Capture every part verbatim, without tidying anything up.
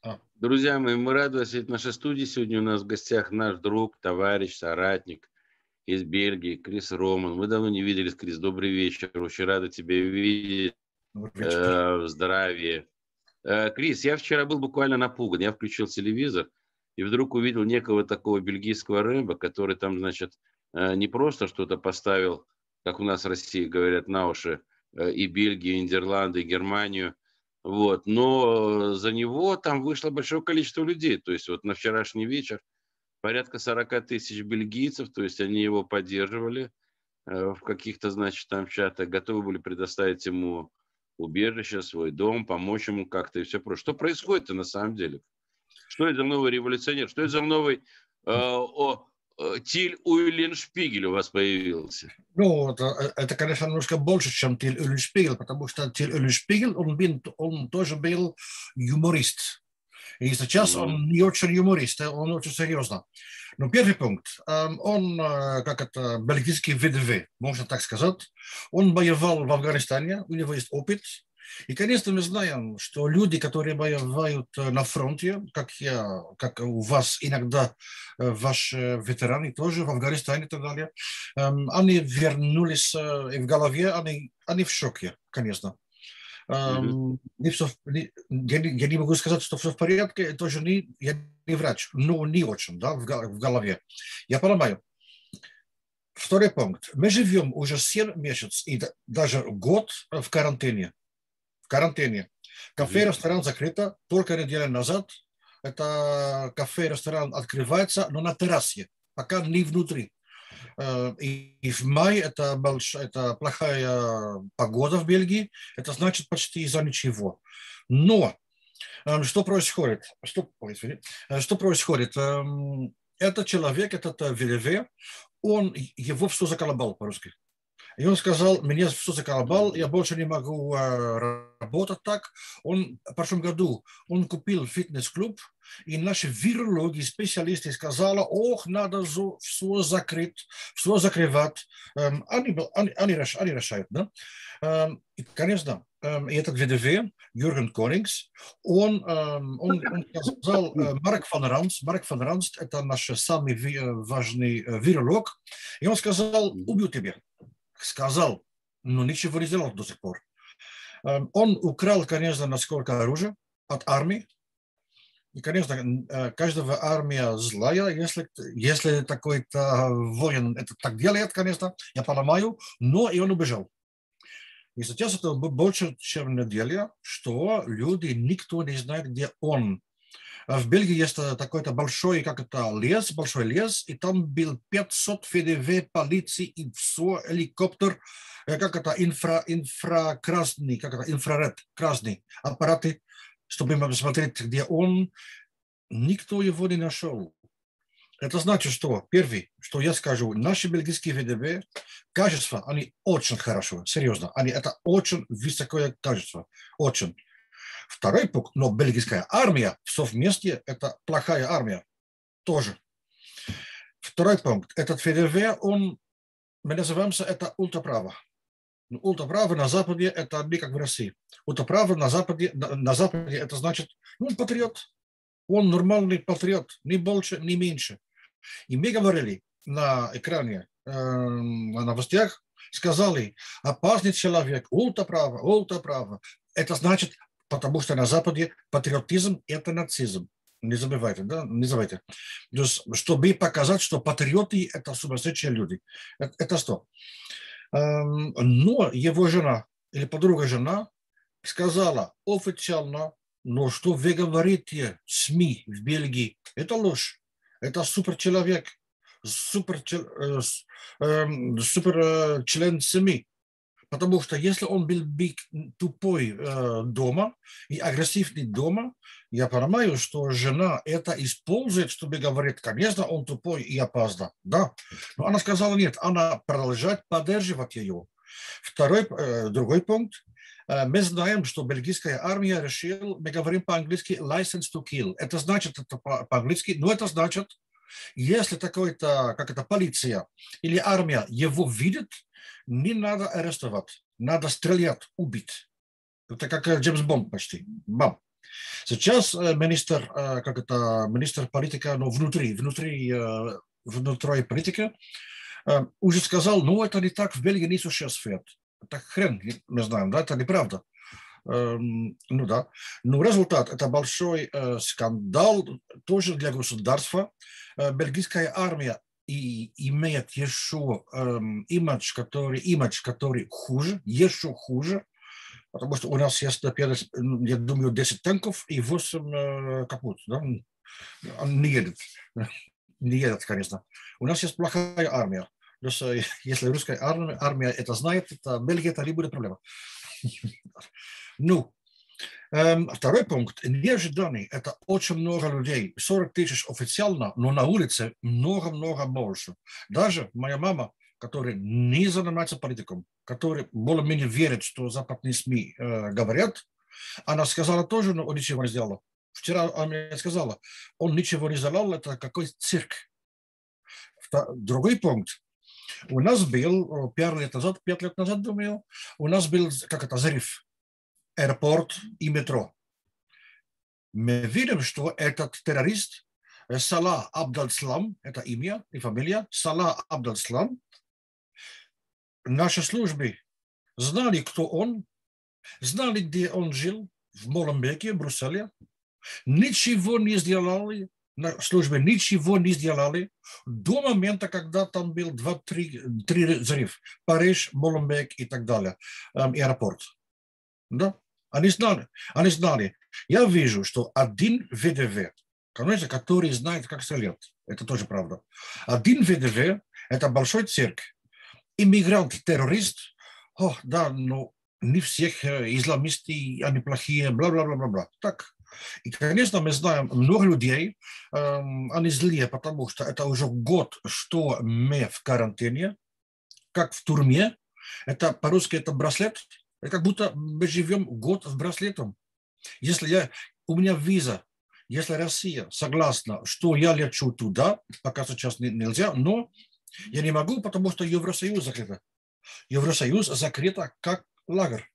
А. Друзья мои, мы рады вас видеть в нашей студии. Сегодня у нас в гостях наш друг, товарищ, соратник из Бельгии, Крис Роман. Мы давно не виделись, Крис. Добрый вечер. Очень рада тебя видеть. Добрый вечер. Э, в здравии. Э, Крис, я вчера был буквально напуган. Я включил телевизор и вдруг увидел некого такого бельгийского Рэмбо, который там, значит, э, не просто что-то поставил, как у нас в России говорят, на уши э, и Бельгию, и Нидерланды, и Германию. Вот. Но за него там вышло большое количество людей. То есть вот на вчерашний вечер порядка сорок тысяч бельгийцев, то есть они его поддерживали э, в каких-то, значит, там чатах, готовы были предоставить ему убежище, свой дом, помочь ему как-то и все прочее. Что происходит-то на самом деле? Что это за новый революционер? Что это за новый э, о, э, Тиль Уильеншпигель у вас появился? Ну, это, это, конечно, немножко больше, чем Тиль Eulenspiegel, потому что Тиль Eulenspiegel, он, был, он тоже был юморист. И сейчас Мгм. он не очень юморист, он очень серьезно. Но первый пункт, он, как это, бельгийский ВДВ, можно так сказать. Он воевал в Афганистане, у него есть опыт. И, конечно, мы знаем, что люди, которые воюют на фронте, как я, как у вас иногда ваши ветераны тоже в Афганистане и так далее, они вернулись, и в голове они, они в шоке, конечно. Мгм. Um, не все, не, я, не, я не могу сказать, что все в порядке, это же не, я не врач, но не очень, да, в, в голове. Я понимаю. Второй пункт. Мы живем уже семь месяцев и даже год в карантине. В карантине. Кафе и Мгм. ресторан закрыто только неделю назад. Это кафе и ресторан открывается, но на террасе, пока не внутри. И, и в мае это, большая, это плохая погода в Бельгии, это значит почти из-за ничего. Но что происходит? Что, ой, что происходит? Этот человек, этот ВДВ, он его все заколебал по-русски. И он сказал, меня все заколебал, я больше не могу э, работать так. Он в прошлом году он купил фитнес-клуб, и наши вирологи, специалисты сказали, ох, надо все закрыть, все закрывать. Эм, они, они, они, они решают, да? Эм, и, конечно, эм, и этот ВДВ, Юрген Конингс, он, эм, он, он сказал, э, Марк фан Ранст, Марк фан Ранст, это наш самый ви, важный э, виролог, и он сказал, убью тебя. Сказал, но ничего не сделал до сих пор. Он украл, конечно, насколько оружие от армии. И, конечно, каждая армия злая, если, если такой-то воин это так делает, конечно, я понимаю, но и он убежал. И сейчас это больше, чем неделя, что люди, никто не знает, где он. В Бельгии есть такой-то большой, как это, лес, большой лес, и там был пятьсот ВДВ, полиции, и все, helikopter, как это, инфра, инфракрасный, как это, инфраред, красный аппараты, чтобы посмотреть, где он. Никто его не нашел. Это значит, что, первый, что я скажу, наши бельгийские ВДВ, качество, они очень хорошо, серьезно, они, это очень высокое качество, очень. Второй пункт, но бельгийская армия все вместе – это плохая армия тоже. Второй пункт, этот ВДВ, он, мы называемся, это ультраправо. Ультраправо на Западе – это не как в России. Ультраправо на Западе, на, на Западе это значит, ну, патриот. Он нормальный патриот, ни больше, ни меньше. И мы говорили на экране, э, на новостях, сказали, опасный человек, ультраправо, ультраправо. Это значит, потому что на Западе патриотизм – это нацизм. Не забывайте, да, не забывайте. То есть, чтобы показать, что патриоты – это сумасшедшие люди. Это, это что? Эм, но его жена или подруга жена сказала официально, но что вы говорите, СМИ в Бельгии, это ложь. Это суперчеловек, супер, э, э, супер э, член СМИ. Потому что если он был биг тупой э, дома и агрессивный дома, я понимаю, что жена это использует, чтобы говорить, конечно, он тупой и опаздал. Да. Но она сказала нет, она продолжает поддерживать ее. Второй, э, другой пункт. Мы знаем, что бельгийская армия решила, мы говорим по-английски license to kill. Это значит, это по-английски, но это значит, если такой-то, как это, полиция или армия его видит, не надо арестовать, надо стрелять, убить. Это как Джеймс Бонд почти. Бам. Сейчас министр, как это, министр политика, ну, внутри, внутри, внутри политики, уже сказал, ну, это не так, в Бельгии не существует. Так хрен, мы знаем, да, это неправда. Ну да. Но результат – это большой скандал тоже для государства. Бельгийская армия и имеет еще имидж, который, имидж, который хуже, еще хуже, потому что у нас есть, я думаю, десять танков и восемь капут. Да? Не едет. Не едет, конечно. У нас есть плохая армия. То есть, если русская армия, армия это знает, то Бельгия это не будет проблема. Ну, эм, второй пункт. Неожиданный. Это очень много людей. сорок тысяч официально, но на улице много-много больше. Даже моя мама, которая не занимается политиком, которая более-менее верит, что западные СМИ э, говорят, она сказала тоже, но он ничего не сделал. Вчера она мне сказала, он ничего не сделал, это какой цирк. Другой пункт. У нас был пять лет назад, пять лет назад, думаю, у нас был, как это, взрыв. Аэропорт и метро. Мы видим, что этот террорист Салах Абдел-Слам, это имя и фамилия, Салах Абдел-Слам, наши службы знали, кто он, знали, где он жил, в Моленбеке, в Брюсселе, ничего не сделали, на службе ничего не сделали до момента, когда там был два-три взрыв, Париж, Моленбек и так далее, аэропорт. Да? Они знали, они знали. Я вижу, что один ВДВ, конечно, который знает, как стрелять, это тоже правда. Один ВДВ – это большой цирк. Иммигрант-террорист, о, да, но не всех исламисты, они плохие, бла-бла-бла-бла. Так. И, конечно, мы знаем, много людей, эм, они злые, потому что это уже год, что мы в карантине, как в тюрьме. Это по-русски это браслет. Это как будто мы живем год с браслетом. Если я, у меня виза, если Россия согласна, что я лечу туда, пока сейчас нельзя, но я не могу, потому что Евросоюз закрыт. Евросоюз закрыт как лагерь.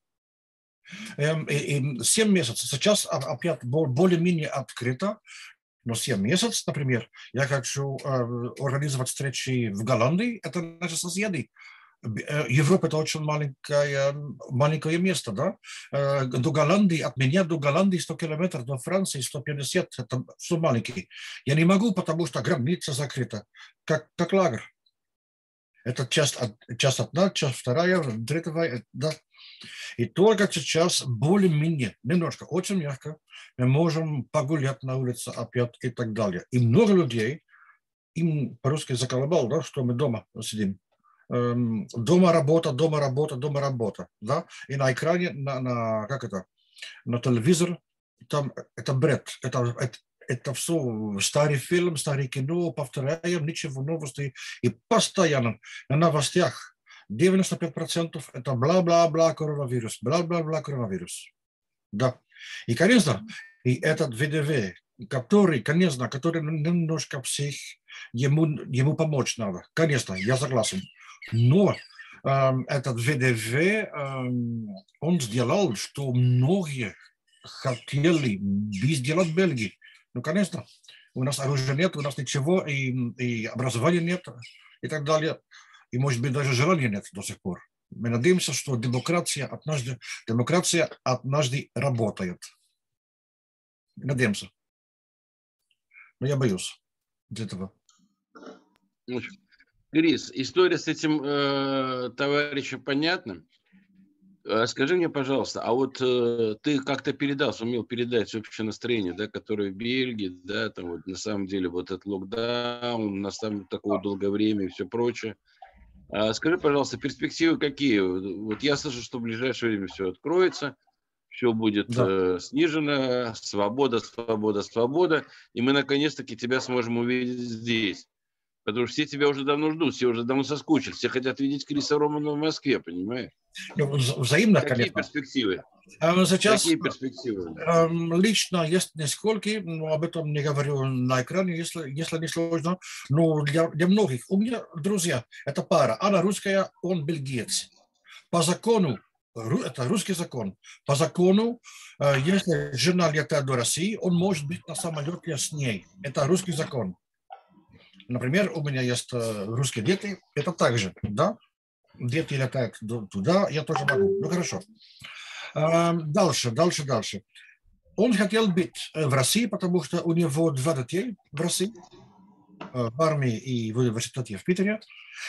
И семь месяцев. Сейчас опять более-менее открыто. Но семь месяцев, например, я хочу организовать встречи в Голландии, это наши соседи. Европа – это очень маленькое, маленькое место, да? До Голландии, от меня до Голландии сто километров, до Франции сто пятьдесят, это все маленькие. Я не могу, потому что граница закрыта, как, как лагерь. Это часть, часть одна, часть вторая, третья, да. И только сейчас более-менее, немножко, очень мягко, мы можем погулять на улице опять и так далее. И много людей, им по-русски заколебал, да, что мы дома сидим. Дома работа, дома работа, дома работа, да, и на экране, на, на как это, на телевизор, там это бред, это, это, это все старый фильм, старый кино, повторяем, ничего новостей, и постоянно на новостях девяносто пять процентов это бла-бла-бла коронавирус, бла-бла-бла коронавирус, да, и, конечно, и этот ВДВ, который, конечно, который немножко псих, ему, ему помочь надо, конечно, я согласен. Но э, этот ВДВ, э, он сделал, что многие хотели сделать Бельгии. Ну, конечно, у нас оружия нет, у нас ничего, и, и образования нет, и так далее. И, может быть, даже желания нет до сих пор. Мы надеемся, что демократия однажды, демократия однажды работает. Надеемся. Но я боюсь этого. Крис, история с этим э, товарищем понятна. Э, скажи мне, пожалуйста, а вот э, ты как-то передал, сумел передать общее настроение, да, которое в Бельгии, да, там вот на самом деле вот этот локдаун, на самом такое долгое время и все прочее. А скажи, пожалуйста, перспективы какие? Вот я слышу, что в ближайшее время все откроется, все будет да. э, снижено, свобода, свобода, свобода, и мы наконец-таки тебя сможем увидеть здесь. Потому что все тебя уже давно ждут, все уже давно соскучились, все хотят видеть Криса Романа в Москве, понимаешь? Ну, взаимно, Какие конечно. перспективы? Сейчас Какие перспективы? Лично есть несколько, но об этом не говорю на экране, если, если не сложно. Но для, для многих, у меня друзья, это пара, она русская, он бельгиец. По закону это русский закон. По закону, если жена летает до России, он может быть на самолете с ней. Это русский закон. Например, у меня есть русские дети, это также, да? Дети летают туда, я тоже могу. Ну, хорошо. Дальше, дальше, дальше. Он хотел быть в России, потому что у него два детей в России, в армии и в университете в Питере.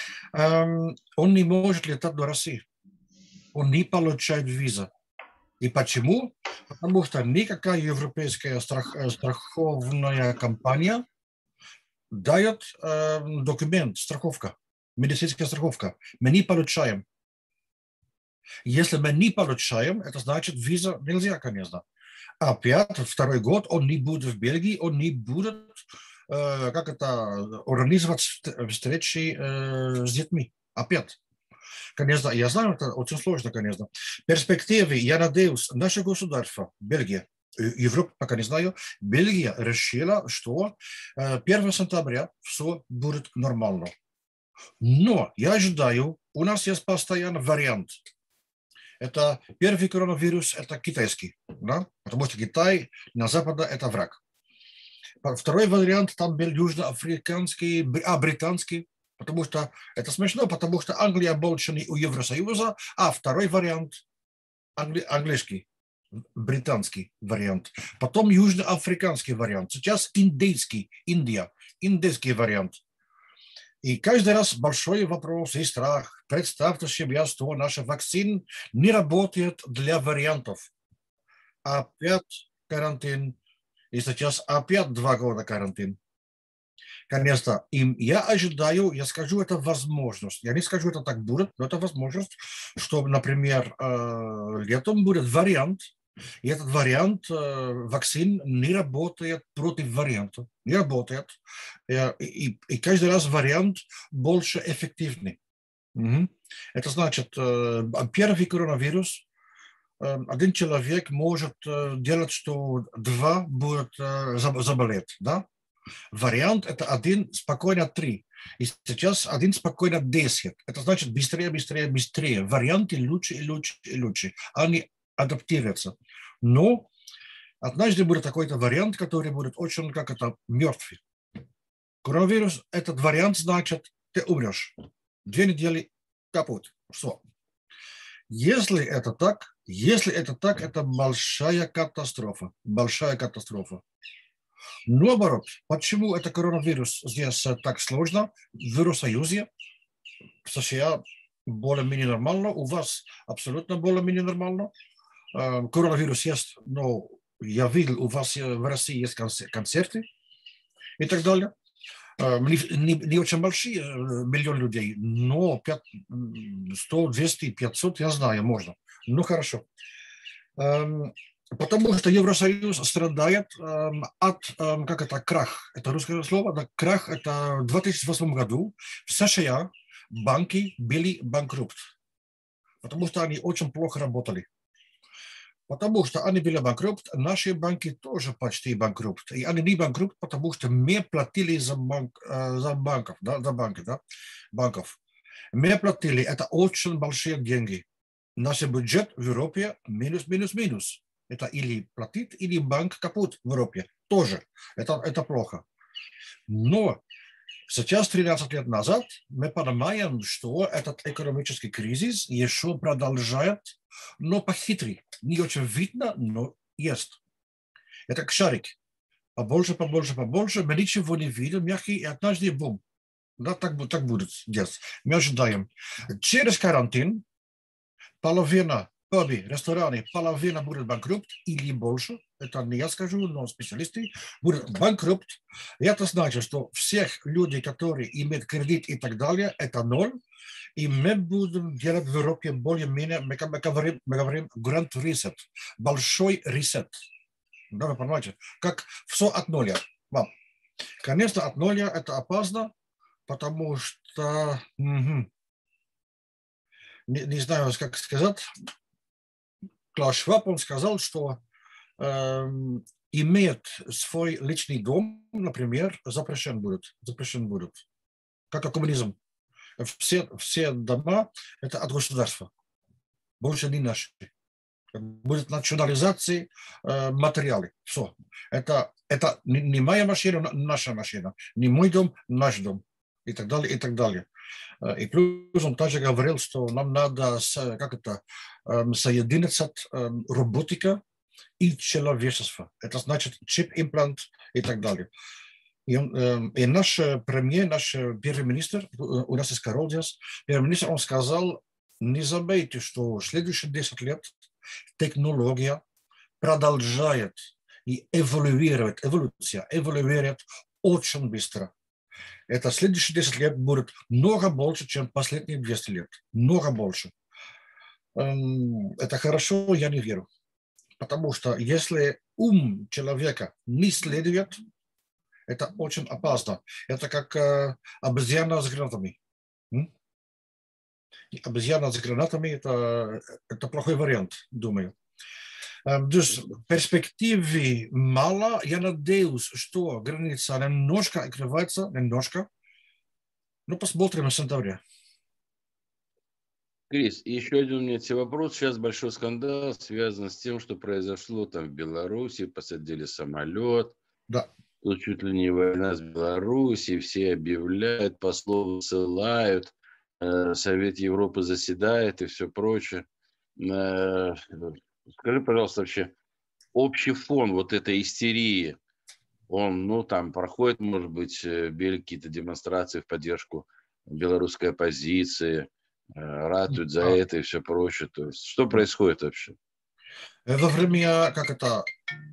Он не может летать до России. Он не получает визу. И почему? Потому что никакая европейская страх, страховная компания дает э, документ, страховка, медицинская страховка. Мы не получаем. Если мы не получаем, это значит, виза нельзя, конечно. Опять второй год он не будет в Бельгии, он не будет, э, как это, организовать встречи э, с детьми. Опять. Конечно, я знаю, это очень сложно, конечно. В перспективе, я надеюсь, наше государство, Бельгия, Европа пока не знаю, Бельгия решила, что первого сентября все будет нормально. Но я ожидаю, у нас есть постоянно вариант. Это первый коронавирус, это китайский, да? Потому что Китай на Западе это враг. Второй вариант там был южноафриканский, а британский. Потому что это смешно, потому что Англия больше не у Евросоюза, а второй вариант англи, английский, британский вариант. Потом южноафриканский вариант. Сейчас индийский, Индия, индийский вариант. И каждый раз большой вопрос и страх. Представьте себе, что наша вакцина не работает для вариантов. Опять карантин. И сейчас опять два года карантин. Конечно, им я ожидаю, я скажу, это возможность. Я не скажу, это так будет, но это возможность, что, например, летом будет вариант, и этот вариант вакцин не работает против варианта, не работает. И, и, и каждый раз вариант больше эффективный. Угу. Это значит, первый коронавирус, один человек может делать, что два будут заболеть, да? Вариант – это один, спокойно три. И сейчас один, спокойно десять. Это значит быстрее, быстрее, быстрее. Варианты лучше и лучше и лучше. Они адаптируются. Но однажды будет такой-то вариант, который будет очень, как это, мертвый. Коронавирус – этот вариант значит, ты умрешь. Две недели капут. Все. Если это так, если это так, это большая катастрофа. Большая катастрофа. Наоборот, почему это коронавирус здесь так сложно? В Евросоюзе, в США более-менее нормально, у вас абсолютно более-менее нормально. Коронавирус есть, но я видел, у вас в России есть концерты и так далее. Не, не, не очень большие, миллион людей, но сто, двести, пятьсот, я знаю, можно. Ну, хорошо. Потому что Евросоюз страдает э, от, э, как это, крах. Это русское слово, да, крах, это в две тысячи восьмом году в США банки были банкрот. Потому что они очень плохо работали. Потому что они были банкрот, наши банки тоже почти банкрот. И они не банкрот, потому что мы платили за, банк, э, за банков, да, за банки, да, банков. Мы платили, это очень большие деньги. Наш бюджет в Европе минус, минус, минус. Это или платит, или банк капут в Европе. Тоже. Это, это плохо. Но сейчас, тринадцать лет назад, мы понимаем, что этот экономический кризис еще продолжает, но похитрее. Не очень видно, но есть. Это как шарик. Побольше, побольше, побольше. Мы ничего не видим, мягкий, и однажды бум. Да, так, так будет здесь. Мы ожидаем. Через карантин половина пуби, рестораны, половина будет банкрот или больше. Это не я скажу, но специалисты будут банкрот. И это значит, что всех людей, которые имеют кредит и так далее, это ноль. И мы будем делать в Европе более-менее, мы говорим, мы говорим grand reset, большой ресет. Да, вы понимаете? Как все от нуля. Вам. Конечно, от нуля это опасно, потому что, угу, не, не знаю, как сказать, Клаус Шваб, он сказал, что э, иметь свой личный дом, например, запрещен будет. Запрещен будет. Как коммунизм. Все, все дома – это от государства. больше не наши. Будет национализация э, материалы. Все. Это, это не, не моя машина, наша машина. Не мой дом, наш дом. И так далее, и так далее. И плюс он также говорил, что нам надо, как это, соединиться роботика и человечество. Это значит чип-имплант и так далее. И, он, и наш премьер, наш первый министр, у нас есть Каролдиас, первый министр, он сказал, не забывайте, что в следующие десять лет технология продолжает и эволюирует, эволюция эволюирует очень быстро. Это следующие десять лет будет много больше, чем последние двести лет. Много больше. Это хорошо, я не верю. Потому что если ум человека не следует, это очень опасно. Это как э, обезьяна с гранатами. М? Обезьяна с гранатами это, это плохой вариант, думаю. Dus в перспективе мало. Я надеюсь, что граница немножко открывается, немножко. Ну, посмотрим в сентябре. Крис, еще один у меня тебе вопрос. Сейчас большой скандал связан с тем, что произошло там в Беларуси. Посадили самолет. Да. Тут чуть ли не война с Белоруссией. Все объявляют, послов ссылают. Совет Европы заседает и все прочее. Скажи, пожалуйста, вообще, общий фон вот этой истерии, он, ну, там проходит, может быть, были какие-то демонстрации в поддержку белорусской оппозиции, ратуют за это и все прочее. То есть, что происходит вообще? Во время, как это...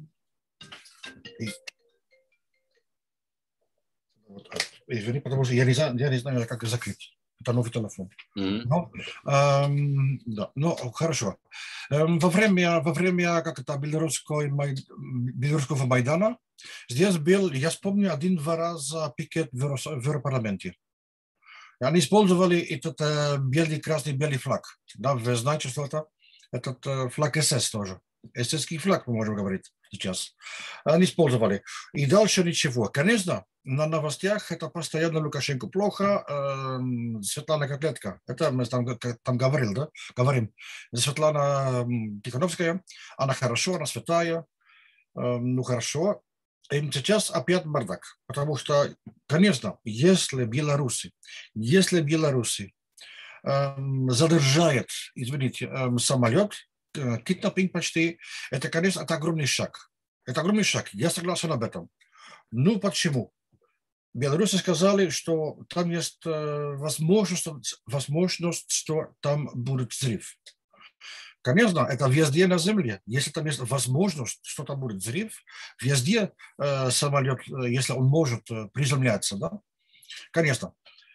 Извини, потому что я не знаю, я не знаю как закрыть. Это новый телефон. Mm-hmm. Но, эм, да, ну, хорошо. Эм, во время, во время как это, белорусского, белорусского Майдана здесь был, я вспомню, один-два раза пикет в, в Европарламенте. Они использовали этот э, белый, красный, белый флаг. Да, вы знаете, что это? Этот э, флаг СС тоже. эсэсский флаг, мы можем говорить сейчас. Они использовали. И дальше ничего. Конечно, на новостях это постоянно Лукашенко плохо, э, Светлана Котлетка. Это мы там, там говорили, да? Говорим. Светлана Тихановская, она хорошо, она святая. Э, ну, хорошо. И сейчас опять бардак. Потому что, конечно, если белорусы, если белорусы э, задержают, извините, э, самолет, э, киднаппинг почти, это, конечно, это огромный шаг. Это огромный шаг. Я согласен об этом. Ну, почему? Белорусы сказали, что там есть э, возможность, возможность, что там будет взрыв. Конечно, это везде на земле. Если там есть возможность, что там будет взрыв, везде э, самолет, если он может э, приземляться, да, конечно.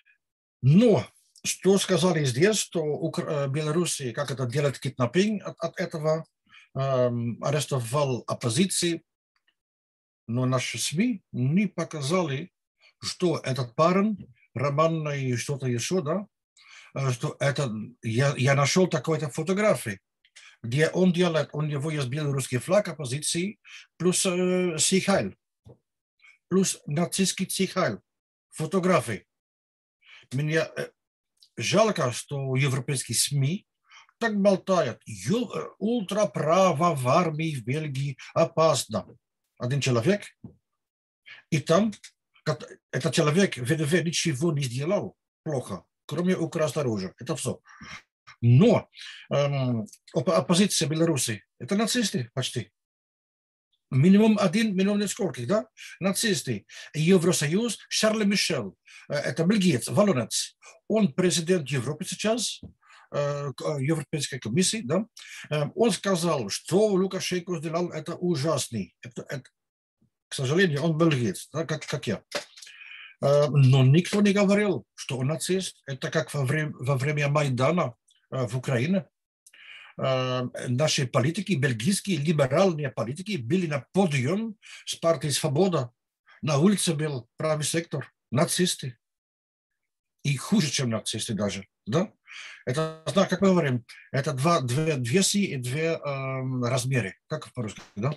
Но что сказали здесь, что Укра... Белоруссия, как это делает киднаппинг от, от этого, э, арестовал оппозиции, но наши СМИ не показали, что этот парень, Роман и что-то еще, да, что это, я, я нашел такой-то фотографии, где он делает, у него есть белорусский флаг оппозиции, плюс э, Сихайль, плюс нацистский Сихайль, фотографии. Мне э, жалко, что европейские СМИ так болтают. Ультраправо в армии в Бельгии опасно. Один человек, и там этот человек ВДВ ничего не сделал плохо, кроме украсть оружие. Это все. Но эм, оппозиция Беларуси – это нацисты почти. Минимум один, минимум несколько, да? Нацисты. Евросоюз, Шарль Мишель, э, это бельгиец, валлонец. Он президент Европы сейчас, э, Европейской комиссии, да? Э, он сказал, что Лукашенко сделал, это ужасный. Это, это, к сожалению, он бельгиец, да, как, как я. Э, но никто не говорил, что он нацист. Это как во время, во время Майдана в Украине. Наши политики, бельгийские либеральные политики, были на подиум с партией «Свобода». На улице был правый сектор, нацисты. И хуже, чем нацисты даже. Да? Это, как мы говорим, это два, две, две си и две э, размеры. Как по-русски? Да?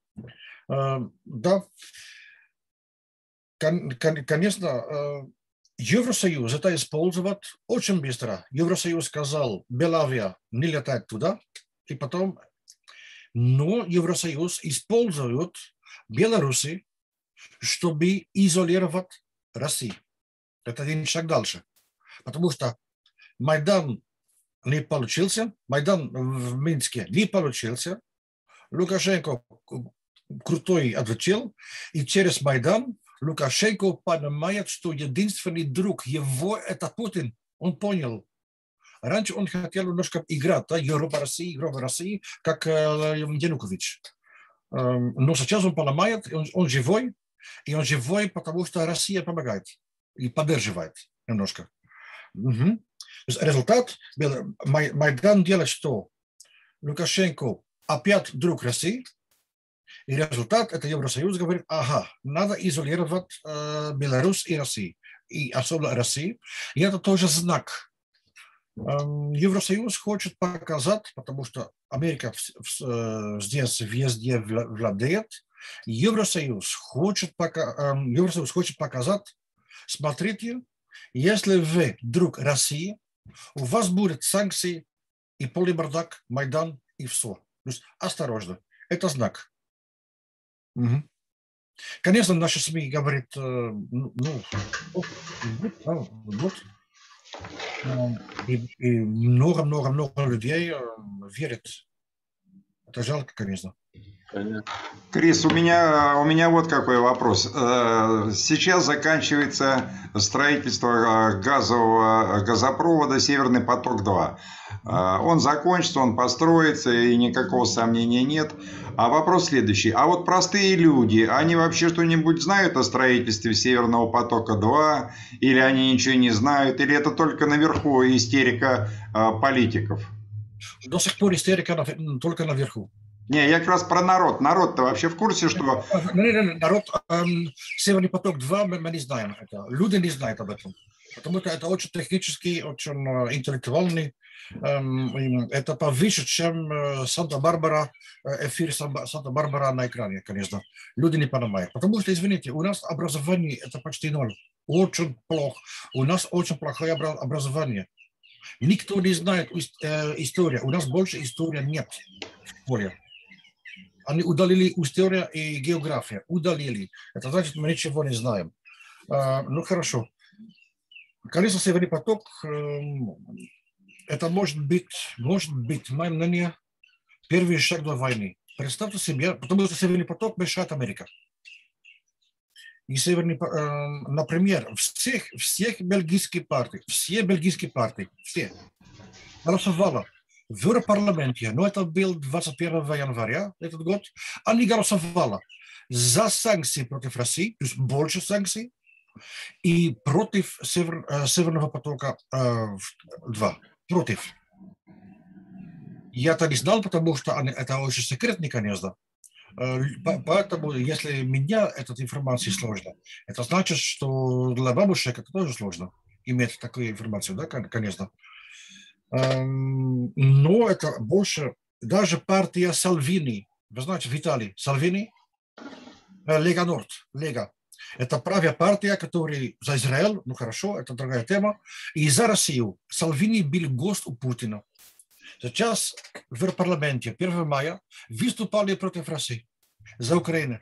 Э, да. Конечно, Евросоюз это использовать очень быстро. Евросоюз сказал, Белавия не летает туда, и потом, но Евросоюз использует Беларусь, чтобы изолировать Россию. Это один шаг дальше. Потому что Майдан не получился, Майдан в Минске не получился, Лукашенко крутой отвечал, и через Майдан Лукашенко понимает, что единственный друг его – это Путин. Он понял. Раньше он хотел немножко играть, да, Европа России, Европа России, как э, Янукович. Э, но сейчас он понимает, он, он живой, и он живой, потому что Россия помогает и поддерживает немножко. Угу. Результат, Майдан делает что? Лукашенко опять друг России, и результат, это Евросоюз говорит, ага, надо изолировать э, Беларусь и Россию, и особенно Россию, и это тоже знак. Эм, Евросоюз хочет показать, потому что Америка в, в, э, здесь везде владеет, Евросоюз хочет, пока, эм, Евросоюз хочет показать, смотрите, если вы друг России, у вас будут санкции и полибардак, Майдан и все. То есть осторожно. Это знак. Угу. Конечно, наши СМИ говорят, ну, вот, и много-много-много людей верят. Это жалко, конечно. Крис, у меня, у меня вот какой вопрос. Сейчас заканчивается строительство газового газопровода «Северный поток-два». Он закончится, он построится, и никакого сомнения нет. А вопрос следующий. А вот простые люди, они вообще что-нибудь знают о строительстве «Северного потока-два»? Или они ничего не знают? Или это только наверху истерика политиков? До сих пор истерика только наверху. Не, я как раз про народ. Народ-то вообще в курсе, что... Народ, эм, «Северный поток-два» мы, мы не знаем. Это. Люди не знают об этом. Потому что это очень технический, очень э, интеллектуальный. Эм, это повыше, чем э, Санта-Барбара, э, эфир Санта-Барбара на экране, конечно. Люди не понимают. Потому что, извините, у нас образование это почти ноль. Очень плохо. У нас очень плохое образование. Никто не знает э, историю. У нас больше истории нет в школе. Они удалили история и география. Удалили. Это значит, мы ничего не знаем. А, ну, хорошо. Конечно, «Северный поток» э, это может быть, может быть, мое мнение, первый шаг до войны. Представьте себе, потому что «Северный поток» мешает Америке. И Северный, э, например, всех, всех бельгийских партий, все бельгийские партии, все, голосовало в Европарламенте, но это был двадцать первого января этот год, они голосовали за санкции против России, то есть больше санкций, и против Север, э, Северного потока-два. Э, против. Я это не знал, потому что они, это очень секретно, конечно. Поэтому, если меня эта информация сложна, это значит, что для бабушек это тоже сложно иметь такую информацию, да, конечно. Но это больше, даже партия Сальвини, вы знаете, в Италии, Сальвини, Лега Норд, Лега, это правая партия, которая за Израиль, ну хорошо, это другая тема, и за Россию. Сальвини был гость у Путина. Сейчас в парламенте первого мая выступали против России, за Украину.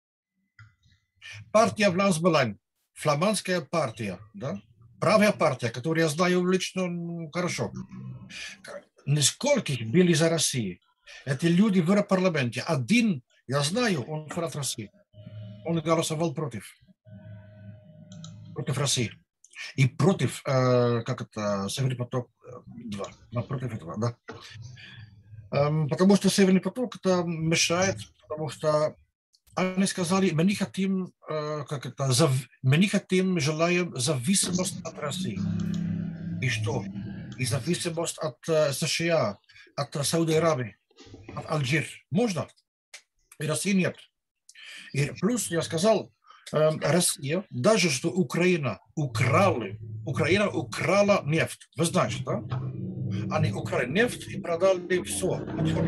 Партия Влас Белань, фламандская партия, да? Правая партия, которую я знаю лично ну, хорошо. Несколько были за Россию. Эти люди в парламенте. Один, я знаю, он против России. Он голосовал против. Против России. И против, э, как это, Северный поток-два. Да, против этого, да. Эм, потому что Северный поток это мешает, потому что они сказали, мы не хотим, э, как это, зав... мы не хотим, желаем зависимость от России. И что? И зависимость от э, США, от Саудовской Аравии, от Алжира. Можно? И России нет. И плюс я сказал, Россия, даже что Украина украли, Украина украла нефть. Вы знаете, да? Они украли нефть и продали все.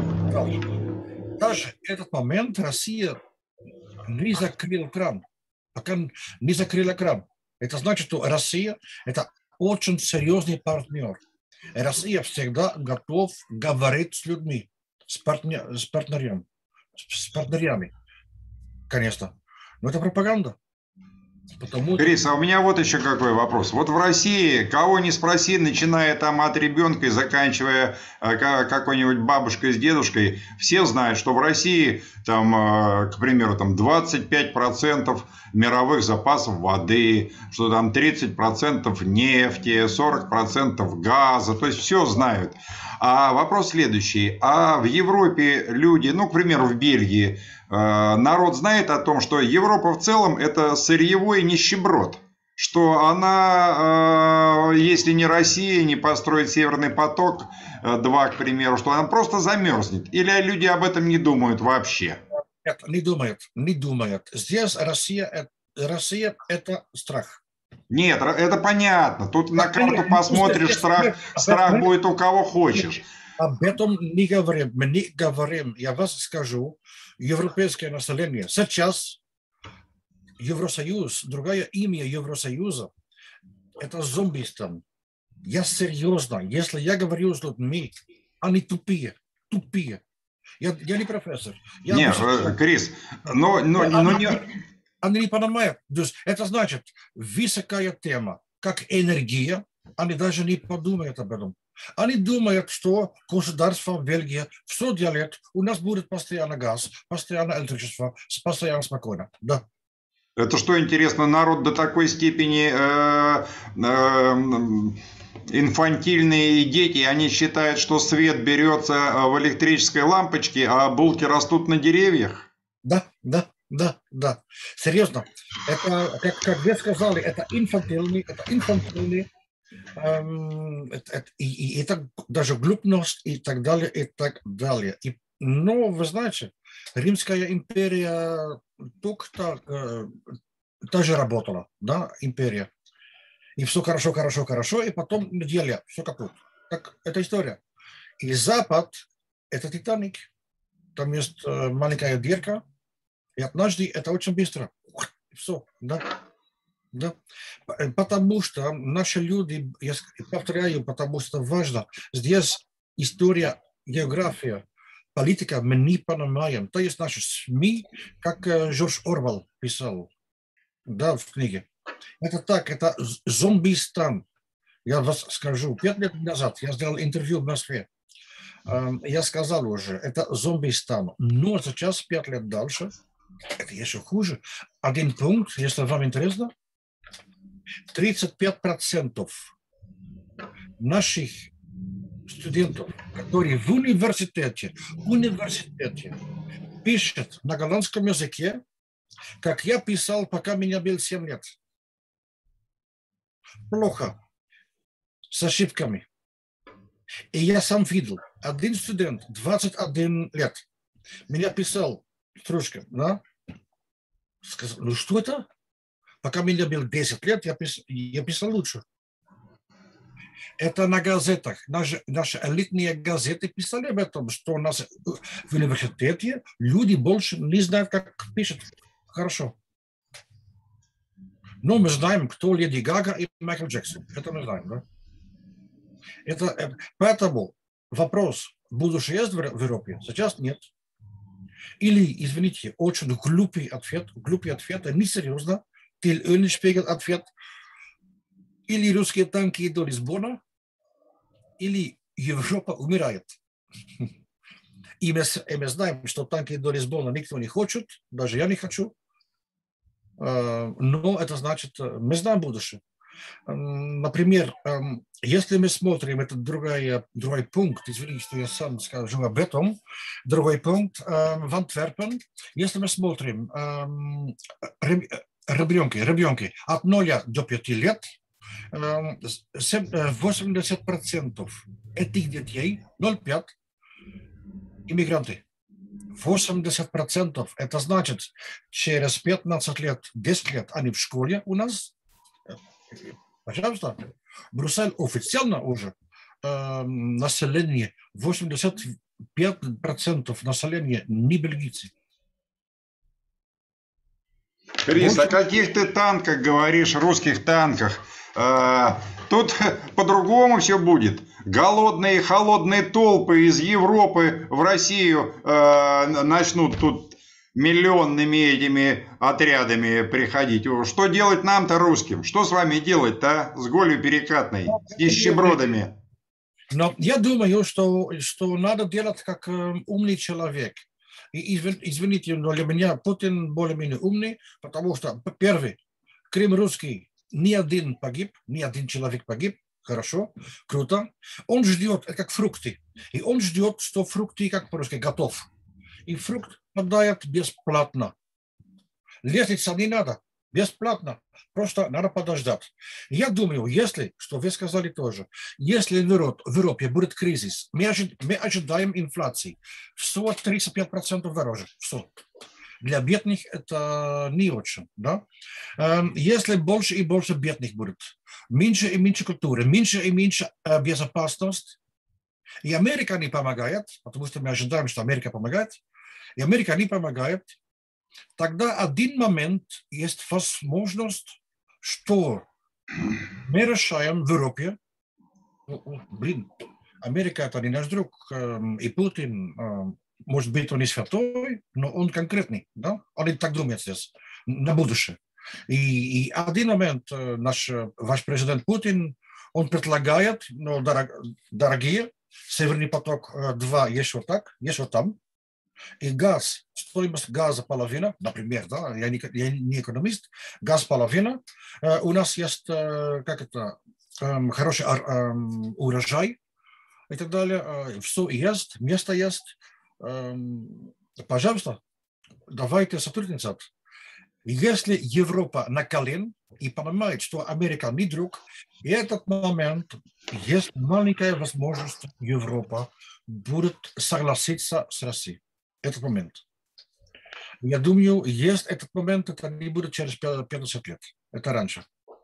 Даже в этот момент Россия не закрыла кран. Пока не закрыла кран. Это значит, что Россия – это очень серьезный партнер. Россия всегда готов говорить с людьми, с, партня, с, партнерами, с партнерами, конечно. Но это пропаганда. Потому... Крис, а у меня вот еще какой вопрос. Вот в России, кого не спроси, начиная там от ребенка и заканчивая какой-нибудь бабушкой с дедушкой, все знают, что в России, там, к примеру, там двадцать пять процентов мировых запасов воды, что там тридцать процентов нефти, сорок процентов газа, то есть все знают. А вопрос следующий. А в Европе люди, ну, к примеру, в Бельгии, народ знает о том, что Европа в целом это сырьевой нищеброд, что она, если не Россия, не построит Северный поток-два, к примеру, что она просто замерзнет. Или люди об этом не думают вообще? Нет, не думают, не думают. Здесь Россия, Россия это страх. Нет, это понятно. Тут на карту посмотришь, страх, страх будет у кого хочешь. Об этом не говорим. Мы не говорим. Я вас скажу. Европейское население. Сейчас Евросоюз, другое имя Евросоюза, это зомбистан. Я серьезно. Если я говорю с людьми, они тупые. Тупые. Я, я не профессор. Я Нет, обычно... Крис, но, но, но, но не... Они не понимают. То есть это значит, высокая тема, как энергия, они даже не подумают об этом. Они думают, что государство в Бельгии все делает, у нас будет постоянно газ, постоянно электричество, постоянно спокойно. Да. Это что, интересно, народ до такой степени э, э, инфантильные дети, они считают, что свет берется в электрической лампочке, а булки растут на деревьях? Да, да. Да, да, серьезно. Это, как, как вы сказали, это инфантильный, это инфантильный, эм, это, это, и, и это даже глупность и так далее, и так далее. И, но, вы знаете, Римская империя только э, тоже работала, да, империя. И все хорошо, хорошо, хорошо, и потом неделя, все капут. Так, это история. И Запад, это Титаник. Там есть э, маленькая дырка. И однажды это очень быстро. Все, да. Да. Потому что наши люди, я повторяю, потому что важно, здесь история, география, политика мы не понимаем. То есть наши СМИ, как Жорж Орвелл писал, да, в книге. Это так, это зомбистан. Я вас скажу, пять лет назад я сделал интервью в Москве. Я сказал уже, это зомбистан. Но сейчас, пять лет дальше, это еще хуже. Один пункт, если вам интересно. тридцать пять процентов наших студентов, которые в университете, университете пишут на голландском языке, как я писал, пока меня было семь лет. Плохо. С ошибками. И я сам видел. Один студент, двадцать один лет, меня писал, строчка, да? Сказал, ну что это? Пока мне было десять лет, я писал, я писал лучше. Это на газетах. Наши, наши элитные газеты писали об этом, что у нас в университете люди больше не знают, как пишут хорошо. Но мы знаем, кто Леди Гага и Майкл Джексон. Это мы знаем, да? Это, это, поэтому вопрос, будущее есть в Европе? Сейчас нет. Или, извините, очень глупый ответ, глупый ответ, несерьезно, не шпигел ответ. Или русские танки до Лисбона, или Европа умирает. И мы, и мы знаем, что танки до Лисбона никто не хочет, даже я не хочу. Но это значит, мы знаем будущее. Например, если мы смотрим, это другой, другой пункт, извините, что я сам скажу об этом, другой пункт в Антверпен, если мы смотрим ребенки, ребенки от ноля до пяти лет, восемьдесят процентов этих детей, ноль целых пять десятых, иммигранты. восемьдесят процентов, это значит, через пятнадцать лет, десять лет они в школе у нас. Пожалуйста, Брюссель официально уже э, население, восемьдесят пять процентов населения не бельгийцы. Крис, больше... о каких ты танках говоришь, русских танках? А, тут по-другому все будет. Голодные холодные толпы из Европы в Россию а, начнут тут миллионными этими отрядами приходить. Что делать нам-то, русским? Что с вами делать-то, а? С голью перекатной, с нищебродами? Но я думаю, что, что надо делать как э, умный человек. И извин, извините, но для меня Путин более-менее умный, потому что, первый, Крым русский, ни один погиб, ни один человек погиб, хорошо, круто. Он ждет, это как фрукты, и он ждет, что фрукты, как по-русски, готов. И фрукт подает бесплатно. Лезть не надо, бесплатно. Просто надо подождать. Я думаю, если, что вы сказали тоже, если в Европе будет кризис, мы ожидаем инфляции в сто тридцать пять процентов дороже. Все. Для бедных это не очень. Да? Если больше и больше бедных будет, меньше и меньше культуры, меньше и меньше безопасности, и Америка не помогает, потому что мы ожидаем, что Америка помогает, и Америка не помогает, тогда один момент есть возможность, что мы решаем в Европе, блин, Америка это не наш друг, и Путин, может быть, он не святой, но он конкретный, да? Он и так думает здесь, на будущее. И, и один момент наш, ваш президент Путин, он предлагает, но дорог, дорогие, Северный поток-два есть вот так, есть вот там, и газ, стоимость газа половина, например, да, я не, я не экономист, газ половина, у нас есть, как это, хороший урожай и так далее, все есть, место есть, пожалуйста, давайте сотрудничать. Если Европа на колен и понимает, что Америка не друг, и этот момент есть маленькая возможность Европа будет согласиться с Россией. Этот момент. Я думаю, есть этот момент, это не будет через пятьдесят лет. Это раньше.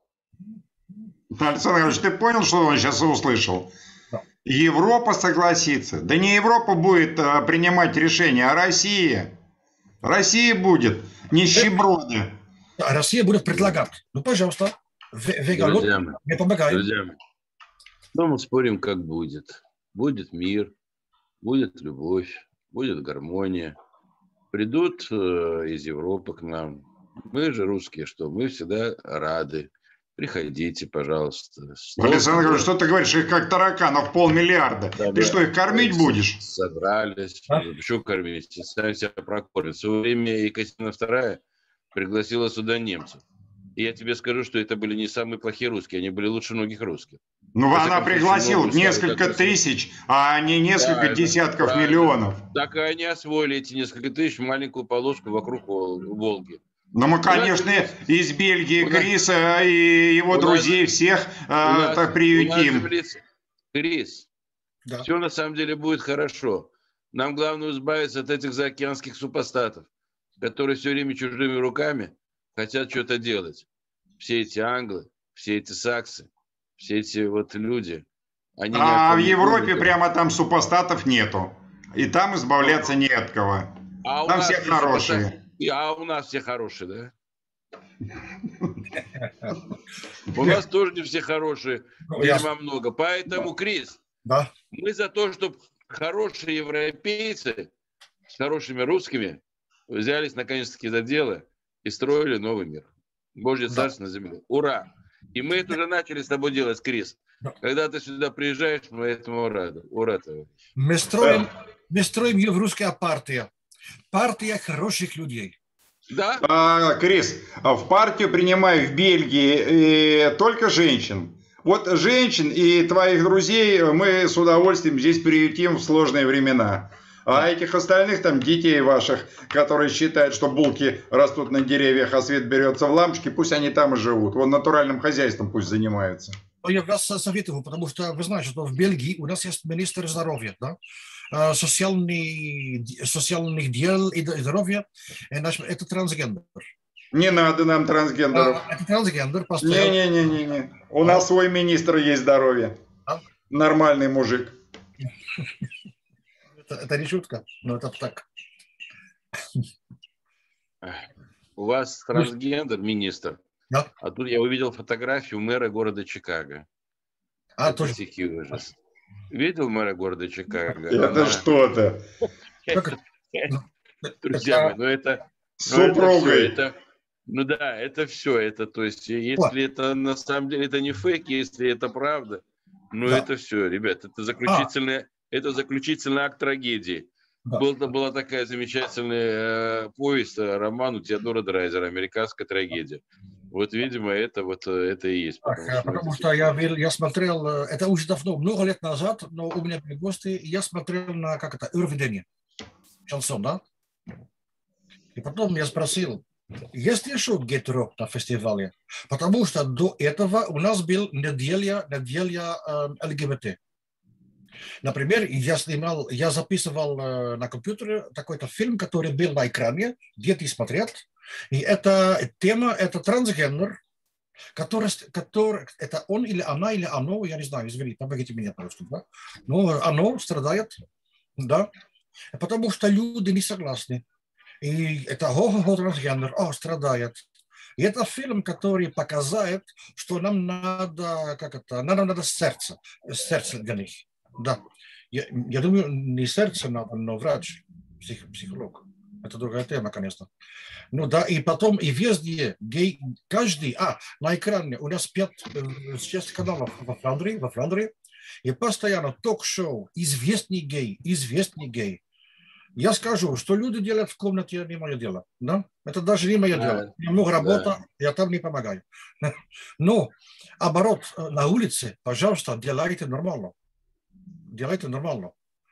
Александр Иванович, ты понял, что он сейчас услышал? Да. Европа согласится. Да не Европа будет а, принимать решения, а Россия. Россия будет нищеброды. А Россия будет предлагать. Ну, пожалуйста, Друзья мои, не помогаем. Друзья мои, но мы спорим, как будет. Будет мир, будет любовь, будет гармония. Придут э, из Европы к нам. Мы же русские, что? Мы всегда рады. Приходите, пожалуйста. Александр Иванович, что ты говоришь? Их как тараканов полмиллиарда. Да, ты что, их кормить будешь? Собрались. А? Почему кормить? Сами себя прокормят. В свое время Екатерина вторая пригласила сюда немцев. И я тебе скажу, что это были не самые плохие русские, они были лучше многих русских. Ну, она пригласила несколько тысяч, а не несколько да, десятков правильно. Миллионов. Так и они освоили эти несколько тысяч, маленькую полоску вокруг Волги. Ну, мы, конечно, нас, из Бельгии Криса нас, и его друзей нас, всех нас, так приютим. Нас, Крис, да. Все на самом деле будет хорошо. Нам главное избавиться от этих заокеанских супостатов, которые все время чужими руками хотят что-то делать. Все эти англы, все эти саксы, все эти вот люди. Они а в Европе публиков. Прямо там супостатов нету. И там избавляться не от кого. А там все хорошие. Супостат... А у нас все хорошие, да? У нас тоже не все хорошие. Дерьма много. Поэтому, Крис, мы за то, чтобы хорошие европейцы с хорошими русскими взялись наконец-таки за дело и строили новый мир. Божье царство на земле. Ура! И мы это уже начали с тобой делать, Крис. Когда ты сюда приезжаешь, мы этому рады. Ура, товарищ. Мы строим, мы строим русская партия. Партия хороших людей. Да? А, Крис, в партию принимаю в Бельгии э, только женщин. Вот женщин и твоих друзей мы с удовольствием здесь приютим в сложные времена. А этих остальных там детей ваших, которые считают, что булки растут на деревьях, а свет берется в лампочки, пусть они там и живут. Вон натуральным хозяйством пусть занимаются. Я вас советую, потому что вы знаете, что в Бельгии у нас есть министр здоровья, да? Социальный, социальных дел и здоровья, это трансгендер. Не надо нам трансгендеров. А, это трансгендер постоянно. Не-не-не, у а? нас свой министр есть здоровья. А? Нормальный мужик. Это, это не шутка, но это так. у вас трансгендер, министр, Да. а тут я увидел фотографию мэра города Чикаго. А, это тоже. тихий ужас. Видел мэра города Чикаго? Это Она... что-то. Как это? Друзья мои, Это... ну это... С Ну это все, супругой. это... Ну да, это все, это, то есть, О. если это на самом деле, это не фейк, если это правда, ну Да. это все, ребят, это А. заключительный, это заключительный акт трагедии. Да. Был, была такая замечательная э, повесть, э, роман у Теодора Драйзера «Американская трагедия». Вот, видимо, это вот э, это и есть. Так, Потому что, потому ну, что я, вел- я смотрел, э, это уже давно, много лет назад, но у меня были гости, и я смотрел на, как это, Евровидение, шансон, да? И потом я спросил, есть ли еще гей-рок на фестивале? Потому что до этого у нас был неделя, неделя э, ЛГБТ. Например, я снимал, я записывал э, на компьютере такой-то фильм, который был на экране, дети смотрят, и эта тема, это трансгендер, который, который, это он или она, или оно, я не знаю, извините, помогите мне, пожалуйста, да? Но оно страдает, да, потому что люди не согласны. И это о, трансгендер, о, страдает. И это фильм, который показывает, что нам надо, как это, нам надо сердце, сердце для них, да. Я, я думаю, не сердце надо, но врач, псих, психолог. Это другая тема, конечно. Ну да, и потом и везде, гей, каждый, а, на экране у нас пять, шесть каналов во Фландрии, во Фландрии, и постоянно ток-шоу, известный гей, известный гей. Я скажу, что люди делают в комнате, не мое дело, да? Это даже не мое да, дело. Много работы, да. я там не помогаю. Но, оборот, на улице, пожалуйста, делайте нормально. Делайте нормально.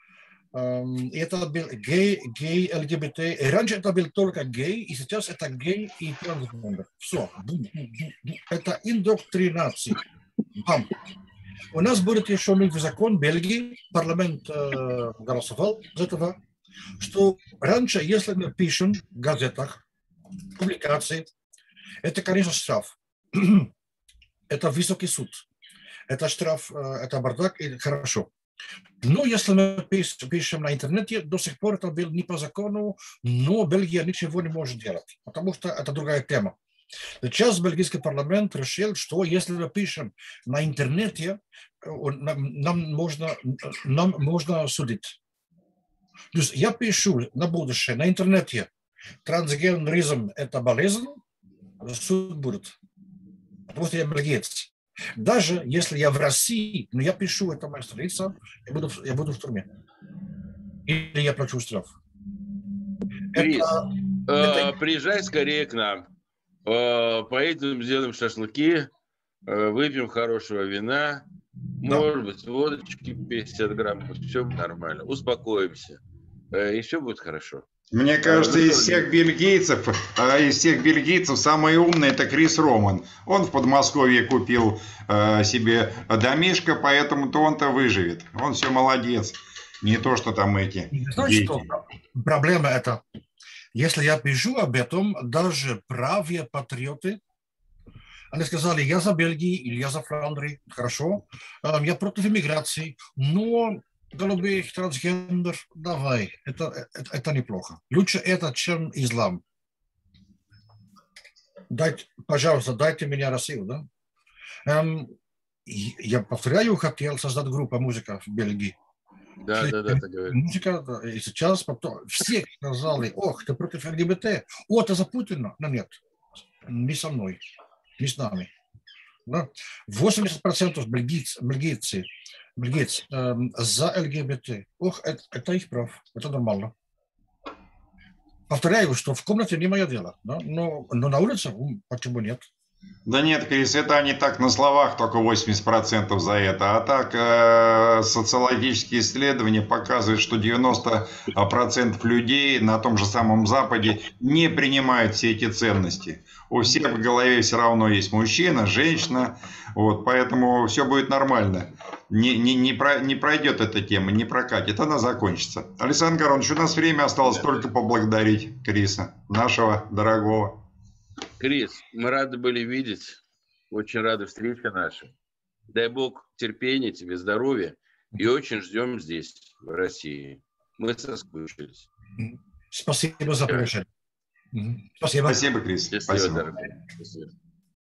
Это был гей, гей, ЛГБТ. И раньше это был только гей, и сейчас это гей и трансгендер. Все. Это индоктринация. Бам. У нас будет еще новый закон Бельгии, парламент э, голосовал за этого, что раньше, если мы пишем в газетах, публикации, это, конечно, штраф. Это высокий суд. Это штраф, э, это бардак, и хорошо. Но если мы пишем на интернете, до сих пор это было не по закону, но Бельгия ничего не может делать, потому что это другая тема. Сейчас бельгийский парламент решил, что если мы пишем на интернете, нам можно, нам можно судить. То есть я пишу на будущее на интернете, трансгендеризм – это болезнь, суд будет, потому что я бельгиец. Даже если я в России, но я пишу, это моя столица, я буду, я буду в тюрьме. Или я плачу штраф. Крис, это, э, это... приезжай скорее к нам. Э, поедем, сделаем шашлыки, э, выпьем хорошего вина, да. Может быть, водочки пятьдесят грамм, все нормально, успокоимся, э, и все будет хорошо. Мне кажется, из всех бельгийцев, из всех бельгийцев самый умный это Крис Роман. Он в Подмосковье купил э, себе домишко, поэтому-то он-то выживет. Он все молодец. Не то, что там эти Знаешь, дети. что проблема это? Если я пишу об этом, даже правые патриоты, они сказали, я за Бельгию или я за Фландрию, хорошо, я против иммиграции, но голубых, трансгендер, давай, это, это, это неплохо. Лучше это, чем ислам. Дайте, пожалуйста, дайте мне Россию, да? Эм, я повторяю, хотел создать группу музыка в Бельгии. Да, да, да, ты говоришь. Музыка, и сейчас потом, все сказали, ох, ты против ЛГБТ, о, ты за Путина. Но нет, не со мной, не с нами. Да? восемьдесят процентов бельгийцы, бельгийцы, бельгийцы э, за ЛГБТ. Ох, это, это их прав, это нормально. Повторяю, что в комнате не мое дело, да? но, но на улице почему нет? Да нет, Крис, это они так на словах только восемьдесят процентов за это, а так э, социологические исследования показывают, что девяносто процентов людей на том же самом Западе не принимают все эти ценности. У всех в голове все равно есть мужчина, женщина, вот, поэтому все будет нормально. Не, не, не, про, не пройдет эта тема, не прокатит, она закончится. Александр Горович, у нас время осталось только поблагодарить Криса, нашего дорогого. Крис, мы рады были видеть, очень рады встрече нашей. Дай Бог терпения тебе, здоровья, и очень ждем здесь, в России. Мы соскучились. Спасибо за приглашение. Спасибо. Спасибо, Крис. Счастливо, Спасибо. дорогой. Счастливо.